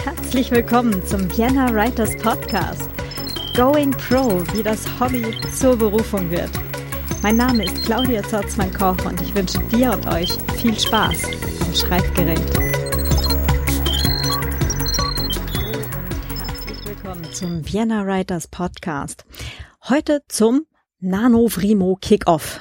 Herzlich willkommen zum Vienna Writers Podcast. Going Pro, wie das Hobby zur Berufung wird. Mein Name ist Claudia Zotzmann-Koch und ich wünsche dir und euch viel Spaß am Schreibgerät. Herzlich willkommen zum Vienna Writers Podcast. Heute zum NaNoWriMo Kickoff.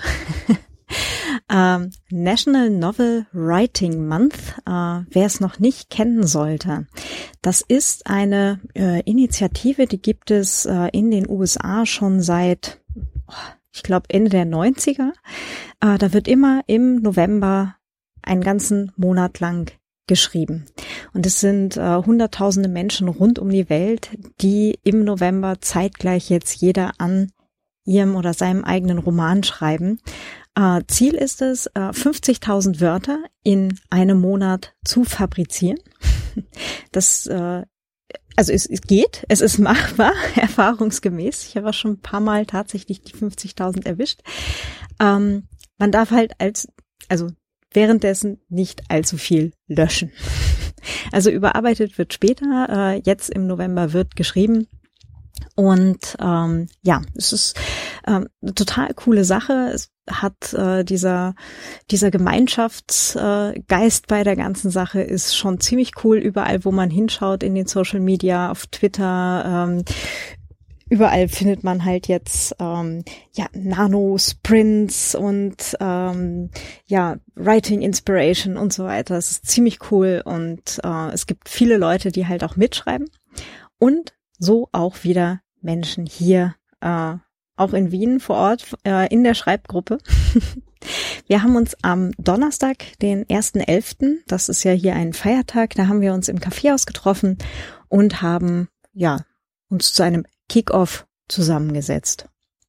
National Novel Writing Month, wer es noch nicht kennen sollte. Das ist eine Initiative, die gibt es in den USA schon seit, ich glaube, Ende der 90er. Da wird immer im November einen ganzen Monat lang geschrieben. Und es sind hunderttausende Menschen rund um die Welt, die im November zeitgleich jetzt jeder an ihrem oder seinem eigenen Roman schreiben. Ziel ist es, 50.000 Wörter in einem Monat zu fabrizieren. Das, also es geht, es ist machbar, erfahrungsgemäß. Ich habe auch schon ein paar Mal tatsächlich die 50.000 erwischt. Man darf halt währenddessen nicht allzu viel löschen. Also überarbeitet wird später, jetzt im November wird geschrieben. Und es ist eine total coole Sache. Es hat dieser Gemeinschaftsgeist bei der ganzen Sache ist schon ziemlich cool. Überall, wo man hinschaut in den Social Media, auf Twitter, überall findet man halt jetzt Nano-Sprints und Writing Inspiration und so weiter. Es ist ziemlich cool und es gibt viele Leute, die halt auch mitschreiben und so auch wieder Menschen hier, auch in Wien vor Ort, in der Schreibgruppe. Wir haben uns am Donnerstag, den 1.11., das ist ja hier ein Feiertag, da haben wir uns im Kaffeehaus getroffen und haben uns zu einem Kick-Off zusammengesetzt.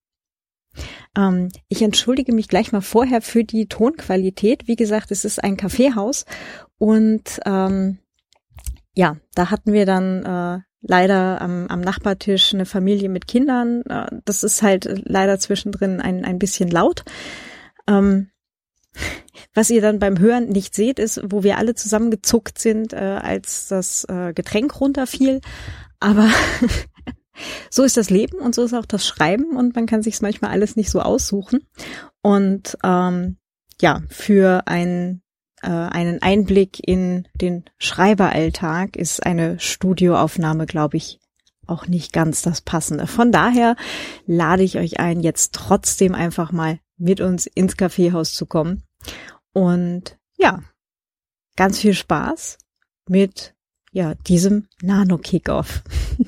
Ich entschuldige mich gleich mal vorher für die Tonqualität. Wie gesagt, es ist ein Kaffeehaus und da hatten wir dann leider am Nachbartisch eine Familie mit Kindern. Das ist halt leider zwischendrin ein bisschen laut. Was ihr dann beim Hören nicht seht, ist, wo wir alle zusammengezuckt sind, als das Getränk runterfiel. Aber so ist das Leben und so ist auch das Schreiben und man kann sich manchmal alles nicht so aussuchen. Und für einen Einblick in den Schreiberalltag ist eine Studioaufnahme, glaube ich, auch nicht ganz das Passende. Von daher lade ich euch ein, jetzt trotzdem einfach mal mit uns ins Kaffeehaus zu kommen. Und ganz viel Spaß mit diesem Nano-Kickoff.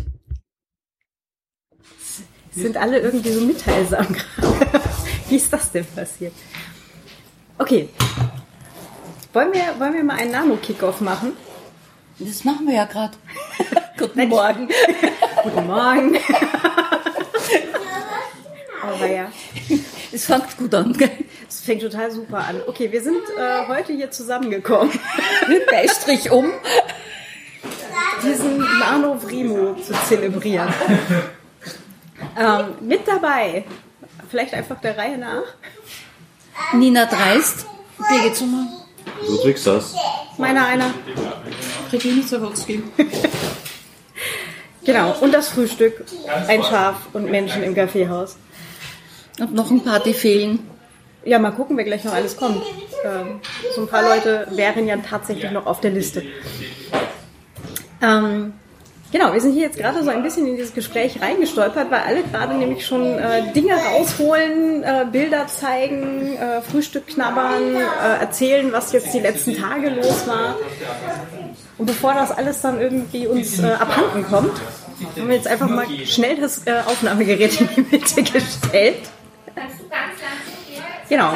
Sind alle irgendwie so mitteilsam gerade. Wie ist das denn passiert? Okay. Wollen wir mal einen Nano-Kickoff machen? Das machen wir ja gerade. Guten Morgen. Guten Morgen. Aber ja. Es fängt gut an. Es fängt total super an. Okay, wir sind heute hier zusammengekommen. Beistrich um. Diesen NaNoWriMo zu zelebrieren. Mit dabei, vielleicht einfach der Reihe nach. Nina Dreist, Birgit Sommer. Ludwig Sass. Meiner einer. Regine Zawolski. Genau, und das Frühstück, ein Schaf und Menschen im Kaffeehaus. Und noch ein paar, die fehlen. Ja, mal gucken, wer gleich noch alles kommt. So ein paar Leute wären ja tatsächlich noch auf der Liste. Genau, wir sind hier jetzt gerade so ein bisschen in dieses Gespräch reingestolpert, weil alle gerade nämlich schon Dinge rausholen, Bilder zeigen, Frühstück knabbern, erzählen, was jetzt die letzten Tage los war. Und bevor das alles dann irgendwie uns abhanden kommt, haben wir jetzt einfach mal schnell das Aufnahmegerät in die Mitte gestellt. Genau.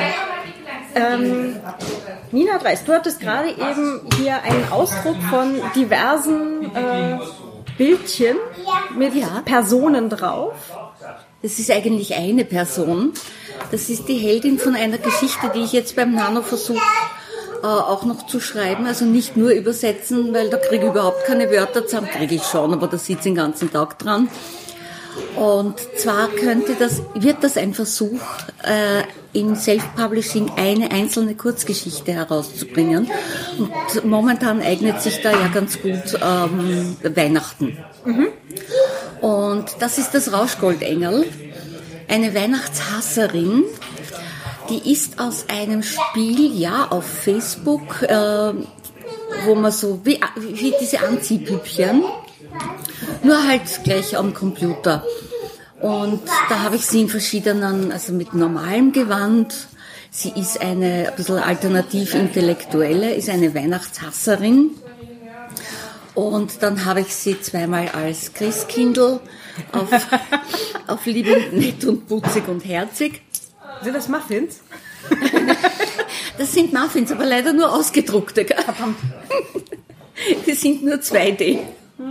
Nina Dreist, du hattest gerade eben hier einen Ausdruck von diversen Bildchen mit Personen drauf. Das ist eigentlich eine Person. Das ist die Heldin von einer Geschichte, die ich jetzt beim Nano versuche auch noch zu schreiben. Also nicht nur übersetzen, weil da kriege ich überhaupt keine Wörter zusammen. Kriege ich schon, aber da sitze ich den ganzen Tag dran. Und zwar wird das ein Versuch, im Self-Publishing eine einzelne Kurzgeschichte herauszubringen. Und momentan eignet sich da ja ganz gut Weihnachten. Mhm. Und das ist das Rauschgoldengel, eine Weihnachtshasserin. Die ist aus einem Spiel, ja, auf Facebook, wo man so, wie diese Anziehpüppchen, nur halt gleich am Computer. Und da habe ich sie in verschiedenen, also mit normalem Gewand. Sie ist eine ein bisschen alternativ-intellektuelle, ist eine Weihnachtshasserin. Und dann habe ich sie zweimal als Christkindl auf lieb und nett und putzig und herzig. Sind das Muffins? Das sind Muffins, aber leider nur ausgedruckte. Verdammt. Die sind nur 2D.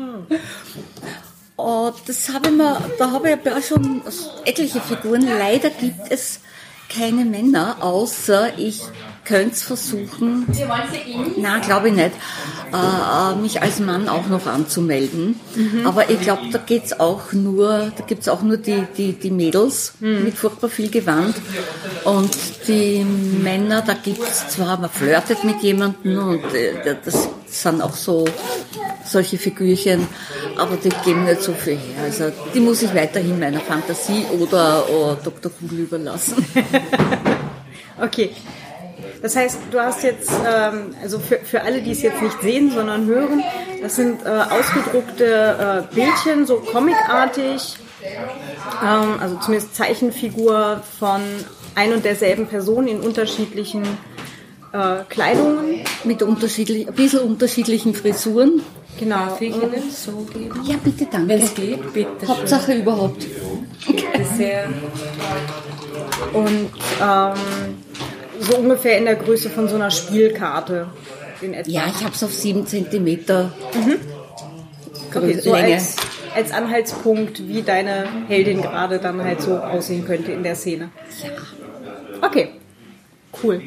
Und da habe ich ja schon etliche Figuren. Leider gibt es keine Männer, außer ich könnte es versuchen, na, glaube ich nicht, mich als Mann auch noch anzumelden. Mhm. Aber ich glaube, da gibt's auch nur die Mädels mit furchtbar viel Gewand. Und die Männer, da gibt's zwar, man flirtet mit jemandem und das sind auch solche Figürchen, aber die geben nicht so viel her. Also die muss ich weiterhin meiner Fantasie oder Dr. Kugel überlassen. Okay. Das heißt, du hast jetzt, also für alle, die es jetzt nicht sehen, sondern hören, das sind ausgedruckte Bildchen, so comicartig, also zumindest Zeichenfigur von ein und derselben Person in unterschiedlichen Kleidungen. Mit ein bisschen unterschiedlichen Frisuren. Genau. Darf ich Ihnen so geben? Ja, bitte, danke. Wenn es geht, bitte. Hauptsache schön. Überhaupt. Bitte sehr. Und so ungefähr in der Größe von so einer Spielkarte in etwa. Ja, ich habe es auf 7 Zentimeter. Okay, so als Anhaltspunkt, wie deine Heldin gerade dann halt so aussehen könnte in der Szene. Ja. Okay, cool.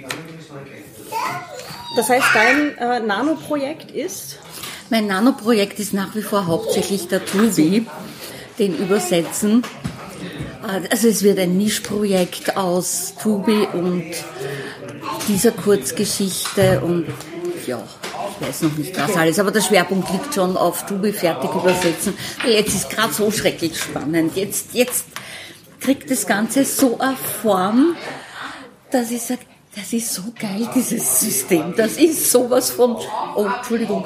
Das heißt, dein Nano-Projekt ist? Mein Nano-Projekt ist nach wie vor hauptsächlich der Tubi, den Übersetzen. Also es wird ein Mischprojekt aus Tubi und dieser Kurzgeschichte und ja, ich weiß noch nicht was alles, aber der Schwerpunkt liegt schon auf Tubi fertig übersetzen, weil jetzt ist gerade so schrecklich spannend. Jetzt kriegt das Ganze so eine Form, dass ich sage, das ist so geil, dieses System, das ist sowas von, oh, Entschuldigung,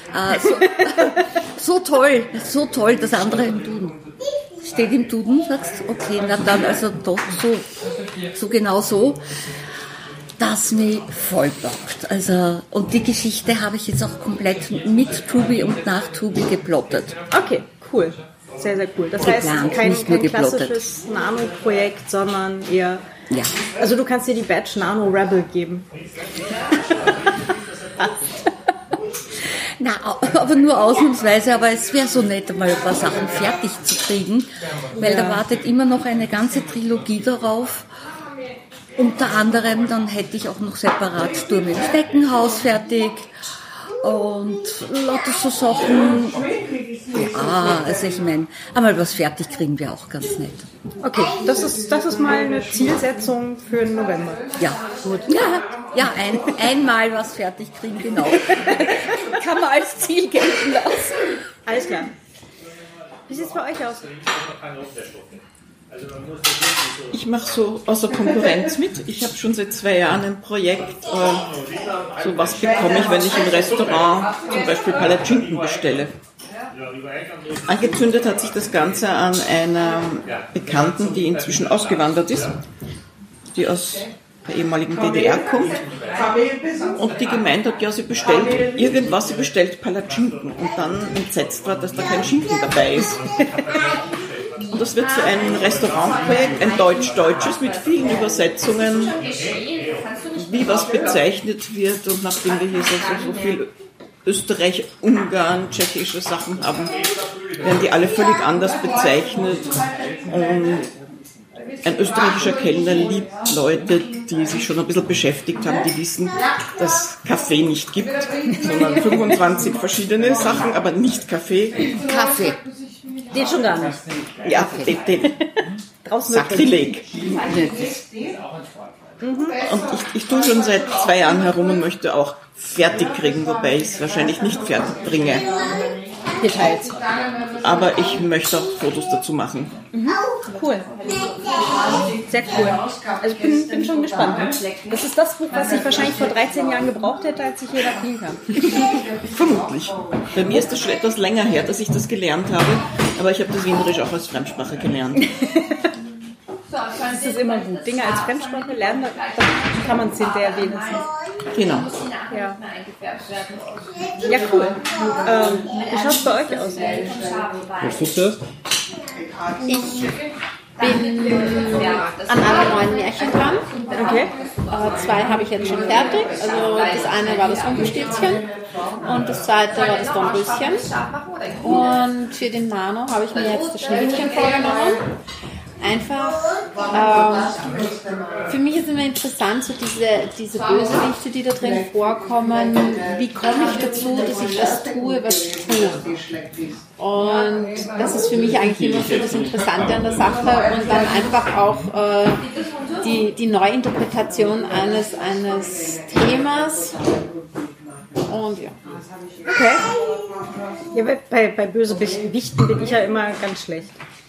so toll, das andere im Duden. Steht im Duden, sagst du? Okay, na dann also doch so genau so, dass mich voll bockt. Also, und die Geschichte habe ich jetzt auch komplett mit Tubi und nach Tubi geplottet. Okay, cool. Sehr, sehr cool. Das heißt, kein klassisches Nano-Projekt, sondern eher... Ja. Also du kannst dir die Badge Nano Rebel geben. Na, aber nur ausnahmsweise, aber es wäre so nett, mal ein paar Sachen fertig zu kriegen, weil da wartet immer noch eine ganze Trilogie darauf. Unter anderem, dann hätte ich auch noch separat Sturm im Schneckenhaus fertig und lauter so Sachen. Ja, also ich meine, einmal was fertig kriegen wir auch ganz nett. Okay, das ist mal eine Zielsetzung für den November. Ja, gut. Ja, einmal was fertig kriegen, genau. Kann man als Ziel gelten lassen. Alles klar. Wie sieht es bei euch aus? Ich mache so aus der Konkurrenz mit. Ich habe schon seit 2 Jahren ein Projekt, so was bekomme ich, wenn ich im Restaurant zum Beispiel Palatschinken bestelle. Angezündet hat sich das Ganze an einer Bekannten, die inzwischen ausgewandert ist, die aus der ehemaligen DDR kommt und die gemeint hat, ja, sie bestellt Palatschinken und dann entsetzt war, dass da kein Schinken dabei ist. Und das wird so ein Restaurantprojekt, ein deutsch-deutsches mit vielen Übersetzungen, wie was bezeichnet wird. Und nachdem wir hier so viel Österreich, Ungarn, tschechische Sachen haben, werden die alle völlig anders bezeichnet. Und ein österreichischer Kellner liebt Leute, die sich schon ein bisschen beschäftigt haben, die wissen, dass Kaffee nicht gibt, sondern 25 verschiedene Sachen, aber nicht Kaffee. Kaffee. Den schon gar nicht. Ja, den Draußen Sakrileg. Und ich tue schon seit 2 Jahren herum und möchte auch fertig kriegen, wobei ich es wahrscheinlich nicht fertig bringe. Details. Aber ich möchte auch Fotos dazu machen. Cool. Sehr cool. Also ich bin schon gespannt. Das ist das Buch, was ich wahrscheinlich vor 13 Jahren gebraucht hätte, als ich hier Latin kam. Vermutlich. Bei mir ist das schon etwas länger her, dass ich das gelernt habe, aber ich habe das Wienerisch auch als Fremdsprache gelernt. Das ist immer gut. Dinge als Fremdsprache lernen, dann kann man es hinterher wenigstens. Genau. Ja, ja cool. Wie schaut es bei euch aus? Was tust du? Ich bin an einem neuen Märchen dran. Okay. 2 habe ich jetzt schon fertig. Also das eine war das Rumpelstilzchen und das zweite war das Dornröschen. Und für den Mano habe ich mir jetzt das Schneewittchen vorgenommen. Einfach, für mich ist immer interessant, so diese Bösewichte, die da drin vorkommen. Wie komme ich dazu, dass ich das tue, was ich tue? Und das ist für mich eigentlich immer so das Interessante an der Sache und dann einfach auch die Neuinterpretation eines Themas. Und ja. Okay. Ja, bei Bösewichten bin ich ja immer ganz schlecht.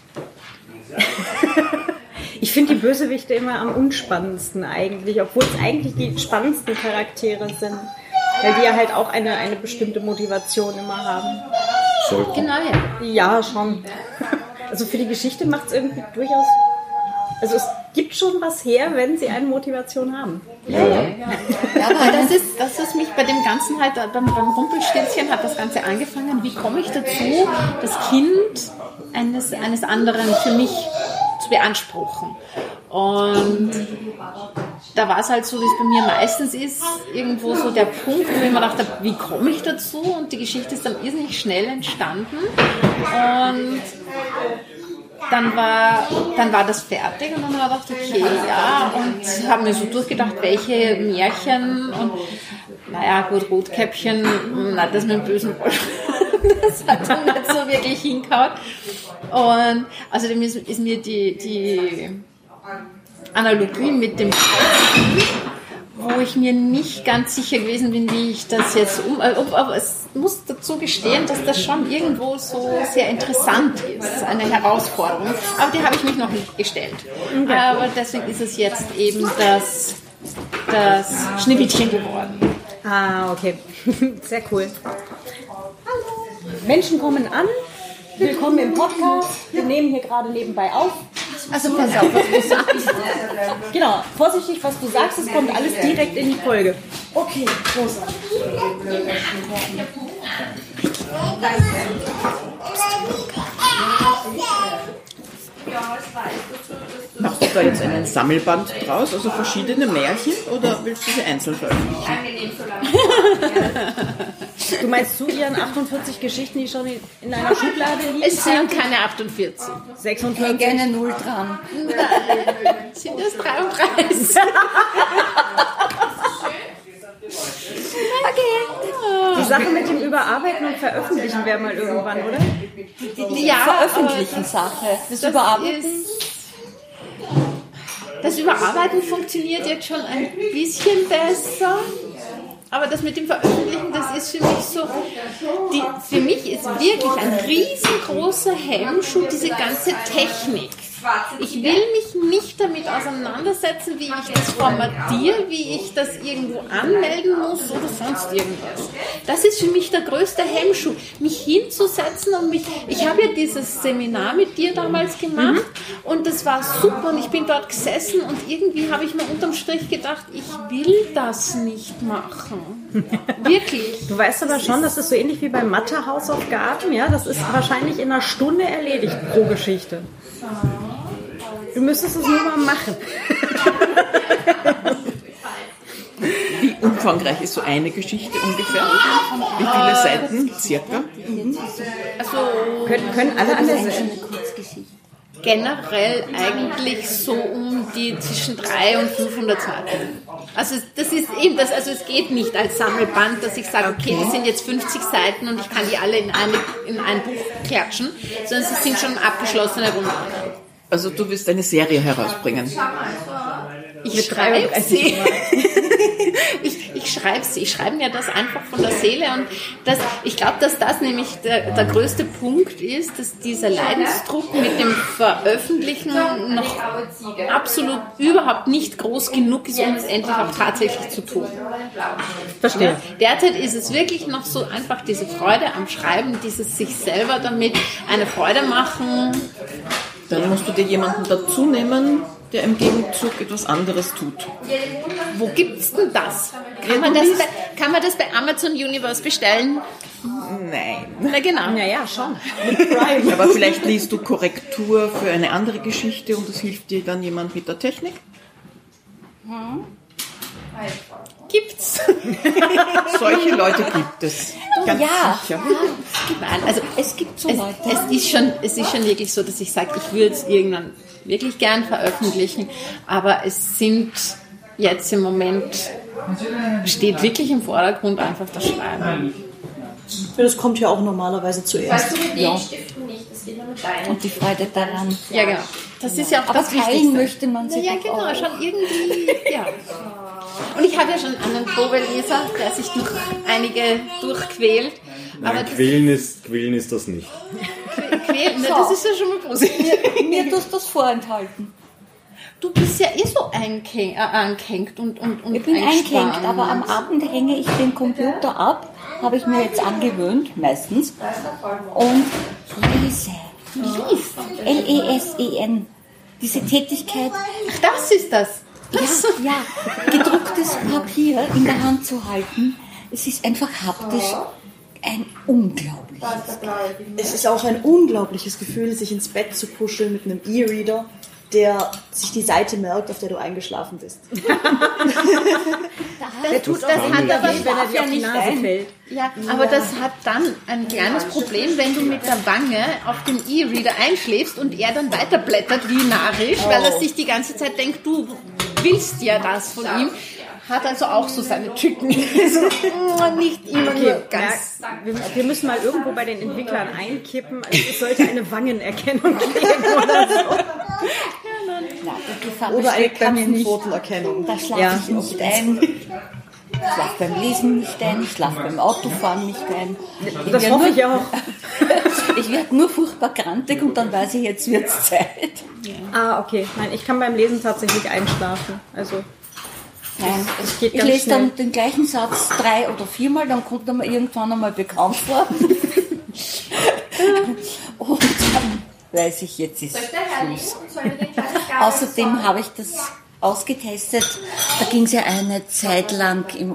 Ich finde die Bösewichte immer am unspannendsten eigentlich, obwohl es eigentlich die spannendsten Charaktere sind, weil die ja halt auch eine bestimmte Motivation immer haben. Genau, ja. Ja, schon. Also für die Geschichte macht es irgendwie durchaus, also es gibt schon was her, wenn sie eine Motivation haben. Ja, aber das ist mich bei dem Ganzen halt, beim Rumpelstilzchen hat das Ganze angefangen. Wie komme ich dazu, das Kind eines anderen für mich zu beanspruchen? Und da war es halt so, wie es bei mir meistens ist, irgendwo so der Punkt, wo ich mir dachte, wie komme ich dazu? Und die Geschichte ist dann irrsinnig schnell entstanden. Und dann war das fertig und dann habe ich gedacht, okay, ja, und habe mir so durchgedacht, welche Märchen und naja, gut, Rotkäppchen, das mit dem bösen Wolf, das hat dann nicht so wirklich hingehauen. Und außerdem ist mir die Analogie mit dem wo ich mir nicht ganz sicher gewesen bin, wie ich das jetzt aber es muss dazu gestehen, dass das schon irgendwo so sehr interessant ist, eine Herausforderung. Aber die habe ich mich noch nicht gestellt. Okay. Aber deswegen ist es jetzt eben das Schneewittchen geworden. Ah, okay. Sehr cool. Menschen kommen an. Willkommen im Podcast. Wir nehmen hier gerade nebenbei auf. Also pass auf, was du sagst. Genau, vorsichtig, was du sagst, es kommt alles direkt in die Folge. Okay, großartig. Machst du da jetzt einen Sammelband draus, also verschiedene Märchen, oder willst du sie einzeln veröffentlichen? Du meinst zu ihren 48 Geschichten, die schon in einer Schublade liegen? Es sind keine 48. 46. Gerne 0 dran. Sind das 33? Die Sache mit dem Überarbeiten und Veröffentlichen wäre mal irgendwann, oder? Die veröffentlichen Sache. Das Überarbeiten. Das Überarbeiten funktioniert jetzt schon ein bisschen besser. Aber das mit dem Veröffentlichen, das ist für mich so, für mich ist wirklich ein riesengroßer Hemmschuh diese ganze Technik. Ich will mich nicht damit auseinandersetzen, wie ich das formatiere, wie ich das irgendwo anmelden muss oder sonst irgendwas. Das ist für mich der größte Hemmschuh, mich hinzusetzen und ich habe ja dieses Seminar mit dir damals gemacht und das war super und ich bin dort gesessen und irgendwie habe ich mir unterm Strich gedacht, ich will das nicht machen. Wirklich. Du weißt aber schon, das ist so ähnlich wie bei Mathe-Hausaufgaben, ja? Das ist wahrscheinlich in einer Stunde erledigt pro Geschichte. Du müsstest es nur mal machen. Wie umfangreich ist so eine Geschichte ungefähr? Wie viele Seiten circa? Also Können alle an der Seite. generell eigentlich so um die zwischen 300 und 500 Seiten. Also das ist eben das, also es geht nicht als Sammelband, dass ich sage, okay, das sind jetzt 50 Seiten und ich kann die alle in ein Buch klatschen, sondern es sind schon abgeschlossene Romane. Also du willst eine Serie herausbringen. Ich schreibe sie. Ich schreibe sie. Ich schreibe mir das einfach von der Seele. Und ich glaube, dass das nämlich der größte Punkt ist, dass dieser Leidensdruck mit dem Veröffentlichen noch absolut überhaupt nicht groß genug ist, um es endlich auch tatsächlich zu tun. Verstehe. Derzeit ist es wirklich noch so einfach diese Freude am Schreiben, dieses sich selber damit eine Freude machen. Dann musst du dir jemanden dazu nehmen, der im Gegenzug etwas anderes tut. Wo gibt's denn das? Kann man das bei Amazon Universe bestellen? Nein. Na genau. Naja, schon. Aber vielleicht liest du Korrektur für eine andere Geschichte und es hilft dir dann jemand mit der Technik? Gibt's. Solche Leute gibt es. Ganz sicher. Nein, also Es gibt so Leute. Es ist schon wirklich so, dass ich sage, ich würde es irgendwann wirklich gern veröffentlichen, aber es sind jetzt im Moment, steht wirklich im Vordergrund einfach das Schreiben. Ja, das kommt ja auch normalerweise zuerst. Weißt du, mit den Stiften nicht, das geht nur mit deinen. Und die Freude daran. Ja, genau. Das ist ja auch Aber das teilen Wichtigste. möchte man sich Ja, doch genau, auch. schon irgendwie, ja. Und ich habe ja schon einen Probeleser, der sich durch einige durchquält. Aber Nein, quälen ist das nicht. quälen, ne, das ist ja schon mal positiv. Mir tust das vorenthalten. Du bist ja so angehängt und Ich bin eingespannt. eingehängt, aber am Abend hänge ich den Computer ab, habe ich mir jetzt angewöhnt, meistens, und lese. L-E-S-E-N. Diese Tätigkeit, Ach, das ist das. ja, gedrucktes Papier in der Hand zu halten, es ist einfach haptisch ein unglaubliches. Es ist auch ein unglaubliches Gefühl, sich ins Bett zu kuscheln mit einem E-Reader, der sich die Seite merkt, auf der du eingeschlafen bist. Der tut Das hat aber wenn er dir auf die nicht Nase ein. fällt. Ja, aber das hat dann ein kleines Problem, wenn du mit der Wange auf dem E-Reader einschläfst und er dann weiterblättert wie narrisch, weil er sich die ganze Zeit denkt, du willst ja das von ihm. Hat also auch so seine Tücken. Also, nicht immer nur ganz. Wir müssen mal irgendwo bei den Entwicklern einkippen. Also es sollte eine Wangenerkennung geben oder so. Oder eine Klemmenpfotenerkennung. Da schlafe ich nicht ein. Ich schlafe beim Lesen nicht ein, ich schlafe beim Autofahren nicht ein. Das hoffe ich auch. Ich werde nur furchtbar grantig und dann weiß ich, jetzt wird's Zeit. Ah, okay. Nein, ich kann beim Lesen tatsächlich einschlafen. Also Nein, es geht ich ganz lese schnell. dann den gleichen Satz 3 oder 4 Mal, dann kommt er mir irgendwann einmal bekannt vor. Und dann weiß ich, jetzt ist Schluss. Außerdem habe ich das ausgetestet. Da ging es ja eine Zeit lang im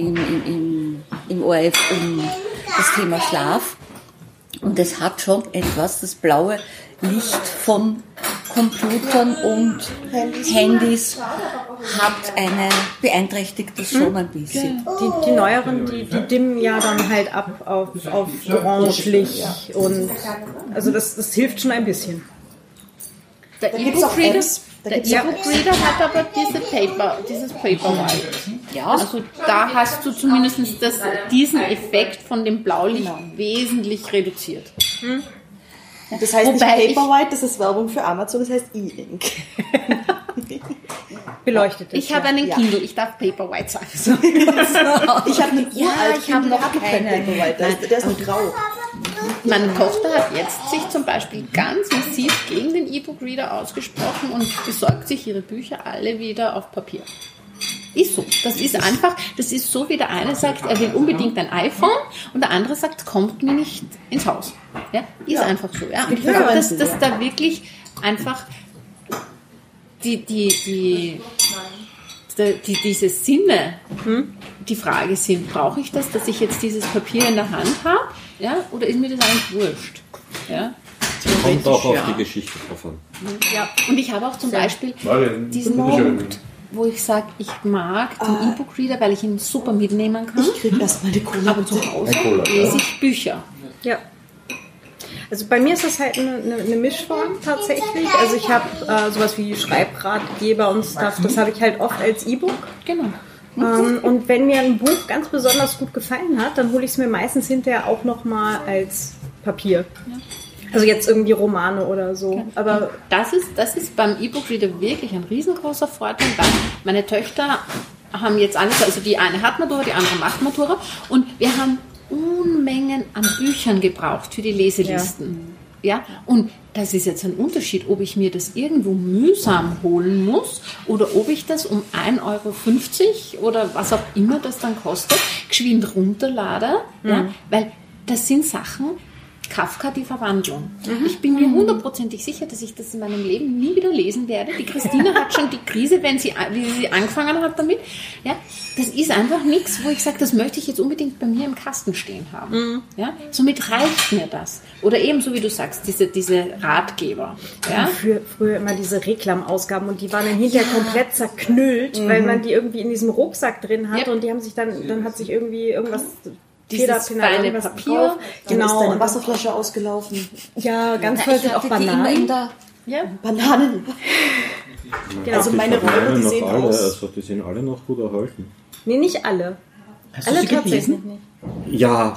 ORF um das Thema Schlaf. Und es hat schon etwas, das blaue Licht von Computern und Handys beeinträchtigt das schon ein bisschen. Die neueren, die dimmen ja dann halt ab auf orangelich und also das hilft schon ein bisschen. Der gibt's auch E-Book-Reader Apps. hat aber dieses Paperwhite. Ja, Also da hast du zumindest diesen Effekt von dem Blaulicht wesentlich reduziert. Das heißt Wobei nicht Paperwhite, das ist Werbung für Amazon, das heißt E-Ink. Beleuchtet Ich habe einen Kindle, ich darf Paperwhite sagen. Ich habe einen uralt ich habe noch kein keinen. Paperwhite, der ist noch grau. Meine Tochter hat jetzt sich zum Beispiel ganz massiv gegen den E-Book-Reader ausgesprochen und besorgt sich ihre Bücher alle wieder auf Papier. Ist so. Das ist einfach, das ist so, wie der eine sagt, er will unbedingt ein iPhone und der andere sagt, kommt mir nicht ins Haus. Ja, ist einfach so. Ja. Und ich glaube, dass da wirklich einfach diese Sinne die Frage sind, brauche ich das, dass ich jetzt dieses Papier in der Hand habe, ja, oder ist mir das eigentlich wurscht? Ja. Kommt auch auf die Geschichte drauf an. Ja. Und ich habe auch zum Beispiel diesen Bitteschön. Punkt, wo ich sage, ich mag den E-Book-Reader, weil ich ihn super mitnehmen kann, Ich kriege erstmal die Cola. aber zu Hause Ein Cola, lese ich Bücher. Ja. Also bei mir ist das halt eine Mischform tatsächlich. Also ich habe sowas wie Schreibratgeber und Stuff, das habe ich halt oft als E-Book. Genau. Und wenn mir ein Buch ganz besonders gut gefallen hat, dann hole ich es mir meistens hinterher auch nochmal als Papier. Ja. Also jetzt irgendwie Romane oder so. Okay. Aber das ist beim E-Book-Reader wirklich ein riesengroßer Vorteil, weil meine Töchter haben jetzt alles, also die eine hat Matura, die andere macht Matura, und wir haben Unmengen an Büchern gebraucht für die Leselisten. Ja, und das ist jetzt ein Unterschied, ob ich mir das irgendwo mühsam holen muss oder ob ich das um 1,50 € oder was auch immer das dann kostet, geschwind runterlade, ja, weil das sind Sachen, Kafka, die Verwandlung. Ich bin mir 100% sicher, dass ich das in meinem Leben nie wieder lesen werde. Die Christine hat schon die Krise, wie sie angefangen hat damit. Ja, das ist einfach nichts, wo ich sage, das möchte ich jetzt unbedingt bei mir im Kasten stehen haben. Ja, somit reicht mir das. Oder ebenso wie du sagst, diese Ratgeber. Ja? Früher immer diese Reklamausgaben und die waren dann hinterher komplett zerknüllt, weil man die irgendwie in diesem Rucksack drin hatte und die haben sich dann hat sich irgendwie irgendwas... Dieses feine Papier. Genau. Ist deine Wasserflasche ausgelaufen. Ja, ganz häufig auch Bananen. Bananen. Genau. Also meine Räume, die sehen aus. Also die sind alle noch gut erhalten. Nee, nicht alle. Hast alle du sie tatsächlich gelesen? nicht. Ja.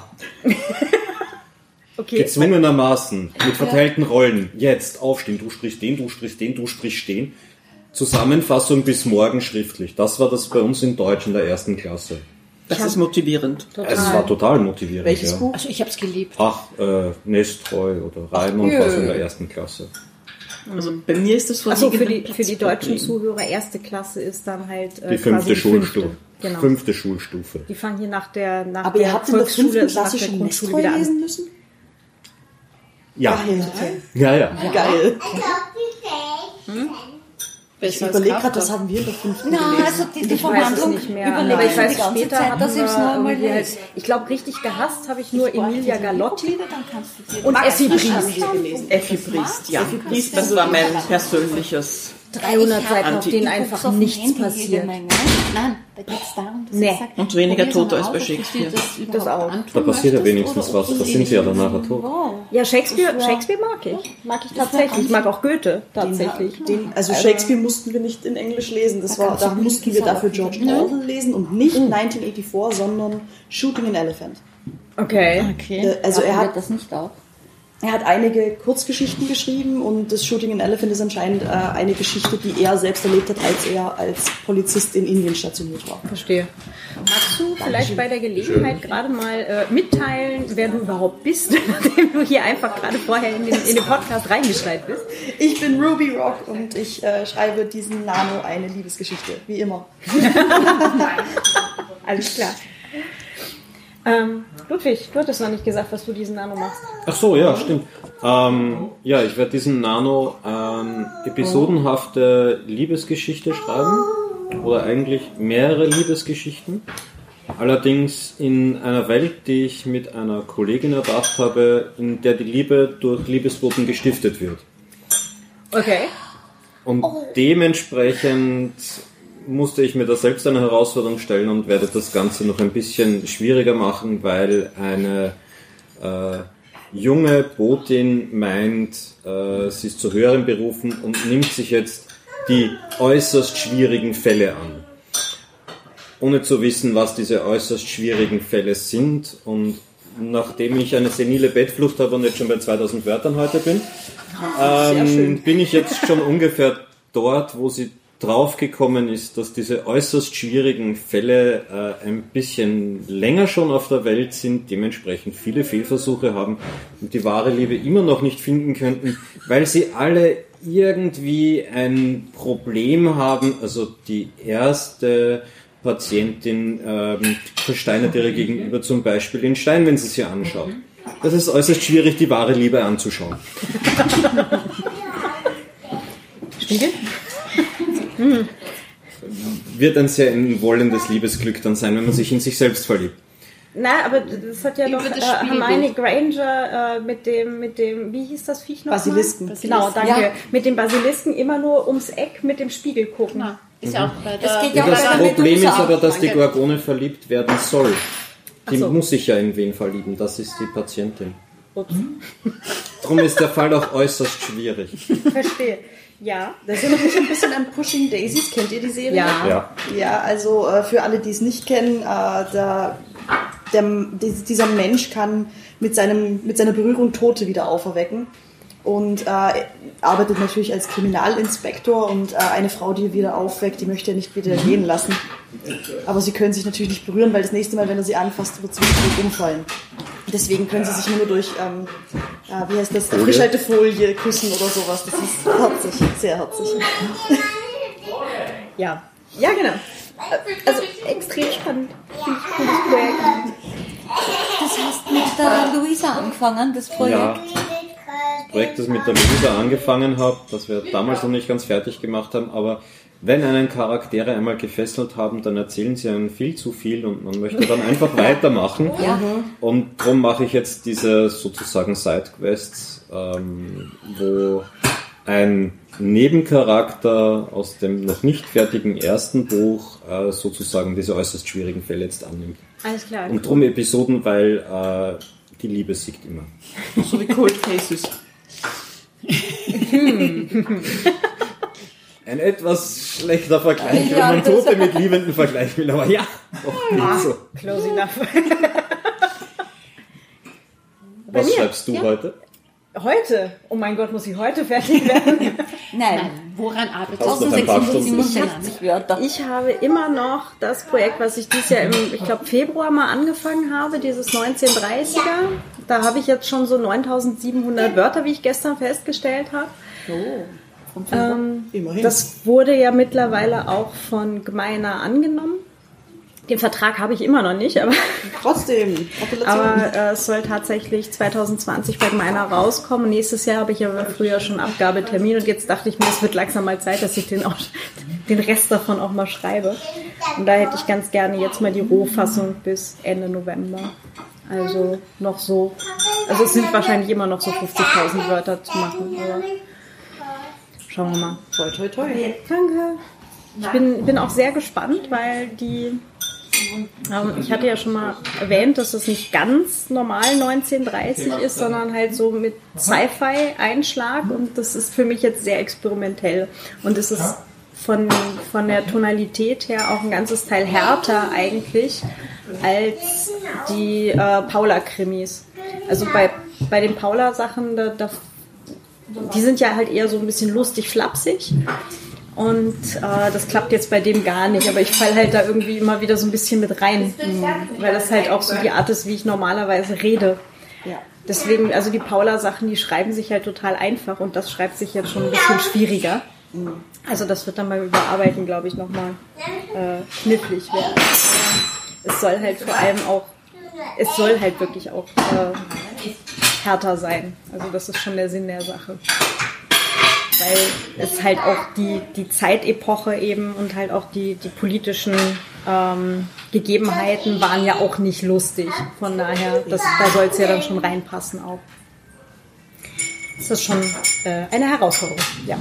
Okay. Gezwungenermaßen, mit verteilten Rollen. Jetzt aufstehen, du sprichst den, du sprichst den, du sprichst den. Zusammenfassung bis morgen schriftlich. Das war das bei uns in Deutsch in der 1. Klasse. Das ist motivierend. Total. Es war total motivierend. Welches Buch? Also ich habe es geliebt. Nestroy oder Reim und was in der 1. Klasse. Also bei mir ist das für die deutschen Zuhörer 1. Klasse ist dann halt die 5. Schulstufe. Genau. 5. Schulstufe. Die fangen hier nach der Aber ihr habt in der 5. Klasse schon Nestroy lesen müssen? Ja. Okay. Ja. Geil. Ich überlege gerade, das haben wir in der 5. gelesen. Also die Verwandlung nicht mehr. Aber ich weiß, später hatten wir halt, ich glaube, richtig gehasst habe ich nur Emilia Galotti und Effi Briest. Effi Briest, ja. Effi Briest, das war mein persönliches 300 Seiten, auf denen einfach nichts passiert. Nein, da geht es darum, dass ich sage, und weniger Tote als bei Shakespeare. Das auch. Da passiert ja wenigstens was, da sind sie ja dann nachher tot. Ja, Shakespeare mag ich. Mag ich tatsächlich. Ich mag auch Goethe tatsächlich. Also Shakespeare mussten wir nicht in Englisch lesen. Da mussten wir dafür George Orwell lesen und nicht 1984, sondern Shooting an Elephant. Okay. Also er hat das nicht auch. Er hat einige Kurzgeschichten geschrieben und das Shooting an Elephant ist anscheinend eine Geschichte, die er selbst erlebt hat, als er als Polizist in Indien stationiert war. Verstehe. Magst du vielleicht bei der Gelegenheit gerade mal mitteilen, wer du überhaupt bist, nachdem du hier einfach gerade vorher in den Podcast reingeschneit bist? Ich bin Ruby Rock und ich schreibe diesen Nano eine Liebesgeschichte, wie immer. Alles klar. Ludwig, du hattest noch nicht gesagt, was du diesen Nano machst. Ach so, ja, stimmt. Ich werde diesen Nano episodenhafte Liebesgeschichte schreiben. Oder eigentlich mehrere Liebesgeschichten. Allerdings in einer Welt, die ich mit einer Kollegin erdacht habe, in der die Liebe durch Liebesboten gestiftet wird. Okay. Und dementsprechend musste ich mir da selbst eine Herausforderung stellen und werde das Ganze noch ein bisschen schwieriger machen, weil eine junge Botin meint, sie ist zu höheren Berufen und nimmt sich jetzt die äußerst schwierigen Fälle an. Ohne zu wissen, was diese äußerst schwierigen Fälle sind. Und nachdem ich eine senile Bettflucht habe und jetzt schon bei 2000 Wörtern heute bin, bin ich jetzt schon ungefähr dort, wo sie draufgekommen ist, dass diese äußerst schwierigen Fälle ein bisschen länger schon auf der Welt sind, dementsprechend viele Fehlversuche haben und die wahre Liebe immer noch nicht finden könnten, weil sie alle irgendwie ein Problem haben. Also die erste Patientin versteinert ihre Gegenüber zum Beispiel den Stein, wenn sie anschaut. Das ist äußerst schwierig, die wahre Liebe anzuschauen. Spiegel? Wird ein sehr wollendes Liebesglück dann sein, wenn man sich in sich selbst verliebt. Na, aber das hat ja doch Hermione Granger mit dem, wie hieß das Viech noch? Basilisken. Genau, danke. Ja. Mit dem Basilisken immer nur ums Eck mit dem Spiegel gucken. Ja, ist ja auch bei der... Das Problem ist aber, dass die Gorgone verliebt werden soll. Die muss sich ja in wen verlieben, das ist die Patientin. Ups. Darum ist der Fall auch äußerst schwierig. Verstehe. Ja. Das erinnert mich ein bisschen an Pushing Daisies. Kennt ihr die Serie? Ja. Ja, also für alle, die es nicht kennen, dieser Mensch kann mit seiner Berührung Tote wieder auferwecken und arbeitet natürlich als Kriminalinspektor und eine Frau, die er wieder aufweckt, die möchte er nicht wieder gehen lassen. Aber sie können sich natürlich nicht berühren, weil das nächste Mal, wenn er sie anfasst, wird sie wieder umfallen. Deswegen können sie sich nur durch, Frischhaltefolie küssen oder sowas. Das ist herzig, sehr herzig. Ja, genau. Also extrem spannend. Finde ich cooles Projekt. Das hast mit der Luisa angefangen, das Projekt? Ja. Das Projekt, das mit der Luisa angefangen habe, das wir damals noch nicht ganz fertig gemacht haben, aber wenn einen Charaktere einmal gefesselt haben, dann erzählen sie einem viel zu viel und man möchte dann einfach weitermachen. Ja. Und darum mache ich jetzt diese sozusagen Sidequests, wo ein Nebencharakter aus dem noch nicht fertigen ersten Buch sozusagen diese äußerst schwierigen Fälle jetzt annimmt. Alles klar. Und drum Episoden, weil die Liebe siegt immer. So wie Cold Cases. Ein etwas schlechter Vergleich, wenn man Tote mit Liebenden vergleichen will, aber ja, doch nicht so. Close enough. Was schreibst du heute? Heute? Oh mein Gott, muss ich heute fertig werden? Nein. Woran arbeitest Hast du noch ein paar Stunden? 1667 Wörter. Ich habe immer noch das Projekt, was ich dieses Jahr im, Februar mal angefangen habe, dieses 1930er. Da habe ich jetzt schon so 9700 Wörter, wie ich gestern festgestellt habe. Immerhin. Das wurde ja mittlerweile auch von Gmeiner angenommen. Den Vertrag habe ich immer noch nicht, aber Trotzdem, Gratulation. Aber es soll tatsächlich 2020 bei Gmeiner rauskommen. Nächstes Jahr habe ich aber früher schon Abgabetermin und jetzt dachte ich mir, es wird langsam mal Zeit, dass ich den Rest davon auch mal schreibe. Und da hätte ich ganz gerne jetzt mal die Rohfassung bis Ende November. Also noch so, also es sind wahrscheinlich immer noch so 50.000 Wörter zu machen. Aber schauen wir mal. Toi, toi, toi. Danke. Ich bin auch sehr gespannt, weil ich hatte ja schon mal erwähnt, dass es nicht ganz normal 1930 ist, sondern halt so mit Sci-Fi-Einschlag und das ist für mich jetzt sehr experimentell und es ist von der Tonalität her auch ein ganzes Teil härter eigentlich als die Paula-Krimis. Also bei den Paula-Sachen, die sind ja halt eher so ein bisschen lustig, flapsig. Und das klappt jetzt bei dem gar nicht, aber ich falle halt da irgendwie immer wieder so ein bisschen mit rein, weil das halt auch so die Art ist, wie ich normalerweise rede. Ja. Deswegen, also die Paula-Sachen, die schreiben sich halt total einfach und das schreibt sich jetzt schon ein bisschen schwieriger. Also das wird dann beim Überarbeiten, glaube ich, nochmal knifflig werden. Es soll halt vor allem auch, es soll halt wirklich auch härter sein. Also das ist schon der Sinn der Sache. Weil es halt auch die Zeitepoche eben und halt auch die politischen Gegebenheiten waren ja auch nicht lustig. Von daher, da soll es ja dann schon reinpassen auch. Das ist schon eine Herausforderung, ja.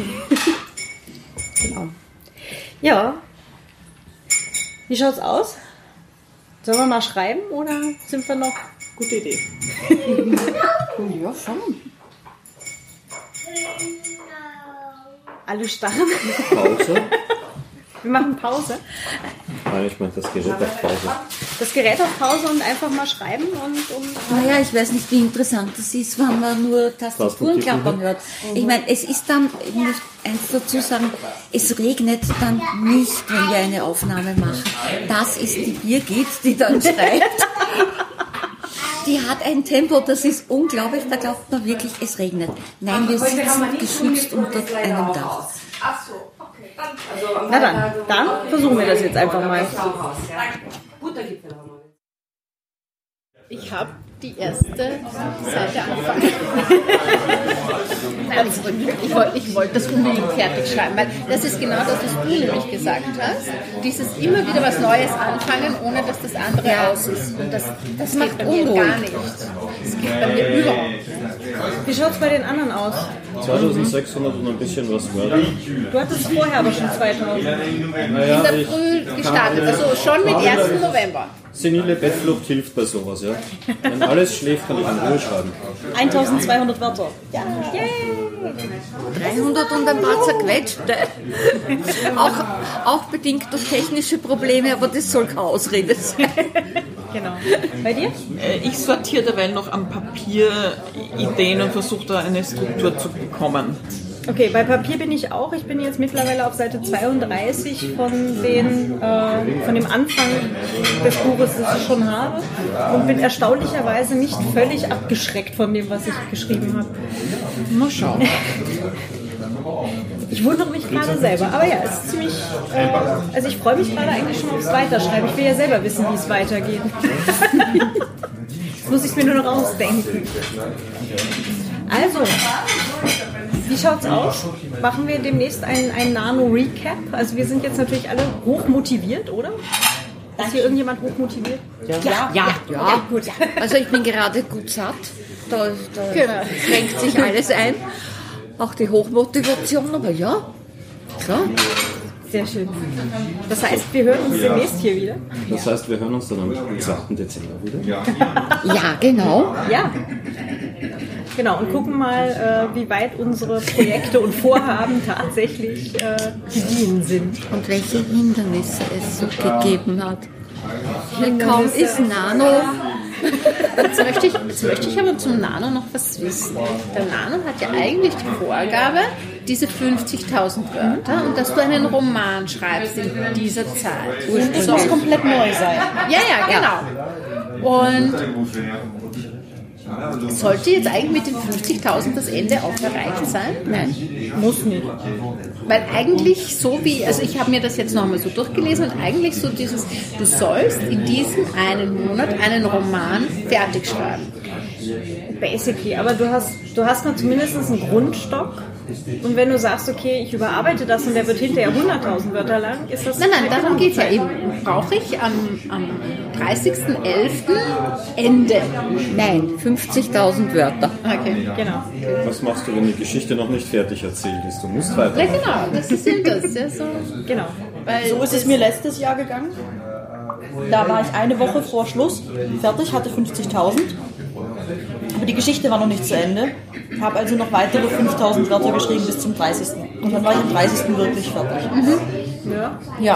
Genau. Ja. Wie schaut's aus? Sollen wir mal schreiben oder sind wir noch? Gute Idee. Ja, schon. Alle starren. Pause? Wir machen Pause. Nein, ich meine das Gerät auf Pause. Das Gerät auf Pause und einfach mal schreiben und Naja, ich weiß nicht, wie interessant das ist, wenn man nur Tastaturen klappern hört. Ich meine, es ist dann, ich muss eins dazu sagen, es regnet dann nicht, wenn wir eine Aufnahme machen. Das ist die Birgit, die dann schreibt. Die hat ein Tempo, das ist unglaublich, da glaubt man wirklich, es regnet. Nein, wir sitzen geschützt unter einem Dach. na dann versuchen wir das jetzt einfach mal. Ich habe die erste Seite angefangen. Also, ich wollte das unbedingt fertig schreiben, weil das ist genau das, was du nämlich gesagt hast. Dieses immer wieder was Neues anfangen, ohne dass das andere aus ist. Und das macht geht unruhig. gar nicht. Das geht bei mir überhaupt nicht. Wie schaut es bei den anderen aus? 2600 und ein bisschen was Word. Du hattest vorher aber schon 2000. Naja, In der Früh gestartet, also schon mit 1. November. senile Bettflucht hilft bei sowas, ja. Wenn alles schläft, kann ich in Ruhe schreiben. 1200 Wörter. Ja. 300 und ein paar zerquetschte. auch bedingt durch technische Probleme, aber das soll keine Ausrede sein. Genau. Bei dir? Ich sortiere derweil noch am Papier Ideen und versuche da eine Struktur zu bekommen. Okay, bei Papier bin ich auch. Ich bin jetzt mittlerweile auf Seite 32 von dem Anfang des Buches, das ich schon habe, und bin erstaunlicherweise nicht völlig abgeschreckt von dem, was ich geschrieben habe. Mal schauen. Ich wundere mich gerade selber, aber ja, es ist ziemlich, also ich freue mich gerade eigentlich schon aufs Weiterschreiben. Ich will ja selber wissen, wie es weitergeht. Jetzt muss ich es mir nur noch ausdenken. Also, wie schaut's aus? Machen wir demnächst ein Nano-Recap? Also wir sind jetzt natürlich alle hoch motiviert, oder? Ist hier irgendjemand hoch motiviert? Ja, gut. Also ich bin gerade gut satt. Da schränkt sich alles ein. Auch die Hochmotivation, aber ja, klar. Sehr schön. Das heißt, wir hören uns demnächst hier wieder? Das heißt, wir hören uns dann am 2. Dezember wieder. Ja, genau. Ja. Genau, und gucken mal, wie weit unsere Projekte und Vorhaben tatsächlich gediehen sind. Und welche Hindernisse es so gegeben hat. Kaum ist Nano. Jetzt möchte ich aber zum Nano noch was wissen. Der Nano hat ja eigentlich die Vorgabe, diese 50.000 Wörter, und dass du einen Roman schreibst in dieser Zeit. Das muss komplett neu sein. Ja, genau. Und sollte jetzt eigentlich mit den 50.000 das Ende auch erreicht sein? Nein. Muss nicht. Weil eigentlich so wie, also ich habe mir das jetzt nochmal so durchgelesen, und eigentlich so dieses, du sollst in diesem einen Monat einen Roman fertig schreiben. Basically, aber du hast mal zumindest einen Grundstock. Und wenn du sagst, okay, ich überarbeite das und der wird hinterher 100.000 Wörter lang, ist das... Nein, darum geht es ja eben. Brauche ich am 30.11. Ende? Nein, 50.000 Wörter. Okay. Genau. Was machst du, wenn die Geschichte noch nicht fertig erzählt ist? Du musst weiter. Ja, genau, das ist eben das. Ja, so. Genau. Weil So ist es mir letztes Jahr gegangen. Da war ich eine Woche vor Schluss fertig, hatte 50.000. Aber die Geschichte war noch nicht zu Ende. Ich habe also noch weitere 5.000 Wörter geschrieben bis zum 30. Und dann war ich am 30. wirklich fertig. Ja.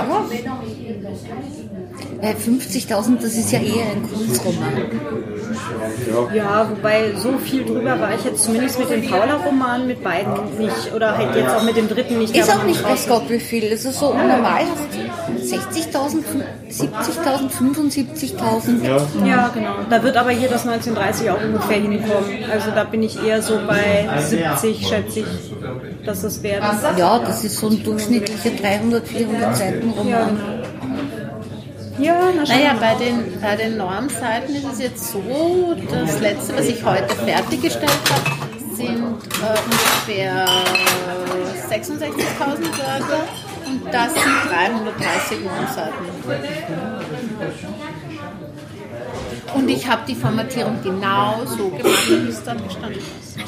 50.000, das ist ja eher ein Kurzroman. Ja, wobei so viel drüber war ich jetzt zumindest mit den Paula-Romanen mit beiden nicht. Oder halt jetzt auch mit dem dritten nicht. Ist auch nicht weiß Gott wie viel. Es ist so unnormal. 60.000, 70.000, 75.000. Ja, genau. Da wird aber hier das 1930 auch ungefähr hinkommen. Also da bin ich eher so bei 70, schätze ich, dass das werden. Ja, das ist so ein durchschnittlicher 300, 400 Seiten Roman. Ja, na schon. Naja, bei den Normseiten ist es jetzt so, das letzte, was ich heute fertiggestellt habe, sind ungefähr 66.000 Wörter, und das sind 330 Normseiten. Und ich habe die Formatierung genau so gemacht, wie es dann gestanden ist.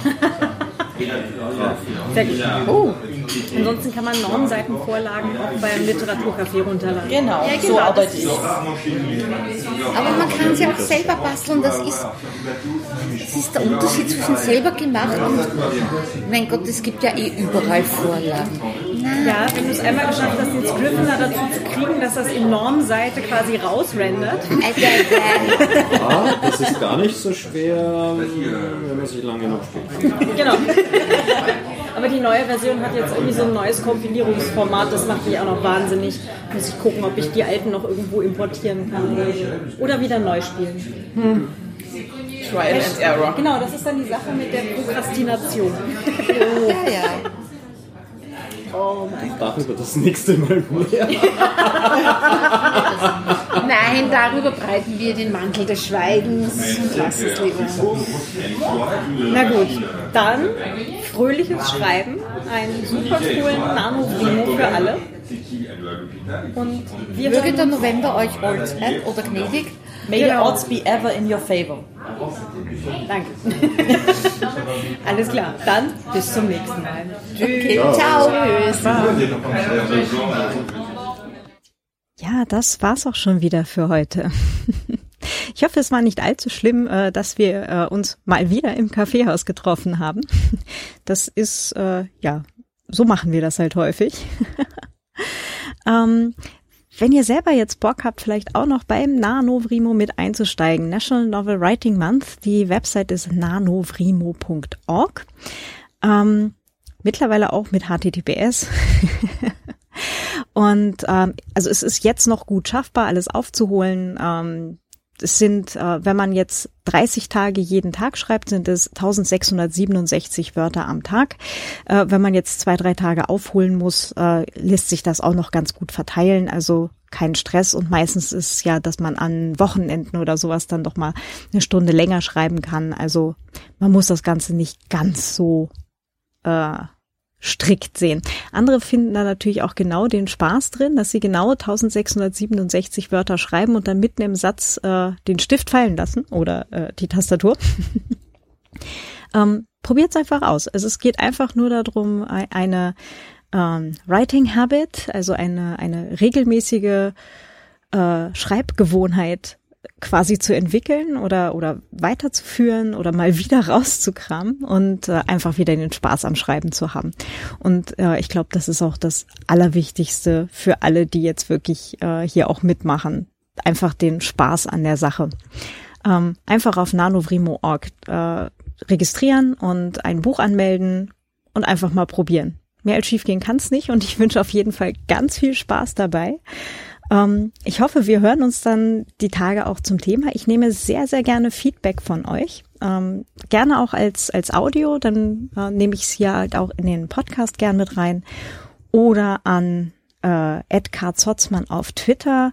Sehr gut. Oh. Ansonsten kann man Normseitenvorlagen auch beim Literaturcafé runterladen. Genau, Ja, genau, so arbeite ich. Aber man kann sie auch selber basteln. Das ist der Unterschied zwischen selber gemacht und, mein Gott, es gibt ja eh überall Vorlagen. Ja, wenn du es einmal geschafft hast, den Scrivener dazu zu kriegen, dass das in Normseite quasi rausrendert. Ah, das ist gar nicht so schwer, wenn man sich lange genug spielt. Genau. Aber die neue Version hat jetzt irgendwie so ein neues Kompilierungsformat, das macht mich auch noch wahnsinnig. Muss ich gucken, ob ich die alten noch irgendwo importieren kann oder wieder neu spielen. Trial and Error. Genau, das ist dann die Sache mit der Prokrastination. Ja. Darüber das nächste Mal mehr. Nein, darüber breiten wir den Mantel des Schweigens und lassen es lieber. Na gut, dann fröhliches Schreiben, einen super coolen Nano-Primo für alle. Und wir Möge der November euch hold sein oder gnädig. May the odds be ever in your favor. Danke. Alles klar, dann bis zum nächsten Mal. Okay, ciao. Tschüss. Ja, das war's auch schon wieder für heute. Ich hoffe, es war nicht allzu schlimm, dass wir uns mal wieder im Kaffeehaus getroffen haben. Das ist, so machen wir das halt häufig. Wenn ihr selber jetzt Bock habt, vielleicht auch noch beim NaNoWriMo mit einzusteigen, National Novel Writing Month, die Website ist nanowrimo.org. Mittlerweile auch mit HTTPS. Und also es ist jetzt noch gut schaffbar, alles aufzuholen. Es sind, wenn man jetzt 30 Tage jeden Tag schreibt, sind es 1667 Wörter am Tag. Wenn man jetzt 2-3 Tage aufholen muss, lässt sich das auch noch ganz gut verteilen. Also kein Stress. Und meistens ist es ja, dass man an Wochenenden oder sowas dann doch mal eine Stunde länger schreiben kann. Also man muss das Ganze nicht ganz so strikt sehen. Andere finden da natürlich auch genau den Spaß drin, dass sie genau 1667 Wörter schreiben und dann mitten im Satz den Stift fallen lassen oder die Tastatur. Probiert's einfach aus. Also es geht einfach nur darum, eine Writing Habit, also eine regelmäßige Schreibgewohnheit quasi zu entwickeln oder weiterzuführen oder mal wieder rauszukramen und einfach wieder den Spaß am Schreiben zu haben. Und ich glaube, das ist auch das Allerwichtigste für alle, die jetzt wirklich hier auch mitmachen. Einfach den Spaß an der Sache. Einfach auf nanowrimo.org registrieren und ein Buch anmelden und einfach mal probieren. Mehr als schief gehen kann es nicht und ich wünsche auf jeden Fall ganz viel Spaß dabei. Ich hoffe, wir hören uns dann die Tage auch zum Thema. Ich nehme sehr, sehr gerne Feedback von euch. Gerne auch als Audio, dann nehme ich es hier halt auch in den Podcast gern mit rein. Oder an @karzotzmann auf Twitter.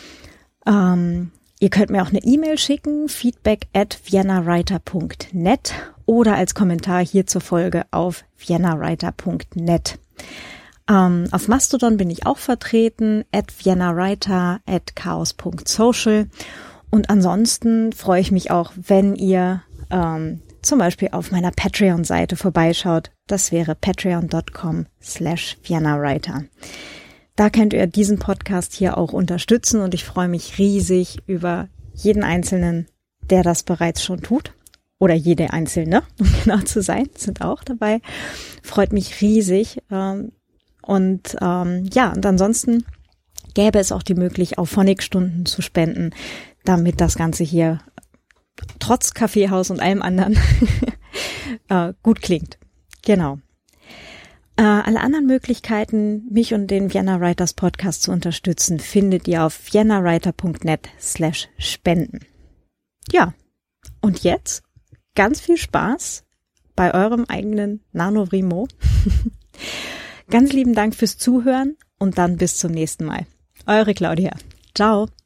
Ihr könnt mir auch eine E-Mail schicken, feedback@viennawriter.net oder als Kommentar hier zur Folge auf viennawriter.net. Auf Mastodon bin ich auch vertreten, @viennawriter, @chaos.social. Und ansonsten freue ich mich auch, wenn ihr zum Beispiel auf meiner Patreon-Seite vorbeischaut. Das wäre patreon.com/viennawriter. Da könnt ihr diesen Podcast hier auch unterstützen und ich freue mich riesig über jeden Einzelnen, der das bereits schon tut. Oder jede Einzelne, um genau zu sein, sind auch dabei. Freut mich riesig. Und ansonsten gäbe es auch die Möglichkeit, auf Phonic-Stunden zu spenden, damit das Ganze hier trotz Kaffeehaus und allem anderen gut klingt. Genau. Alle anderen Möglichkeiten, mich und den Vienna Writers Podcast zu unterstützen, findet ihr auf viennawriter.net/spenden. Ja, und jetzt ganz viel Spaß bei eurem eigenen NaNoWriMo. Ganz lieben Dank fürs Zuhören und dann bis zum nächsten Mal. Eure Claudia. Ciao.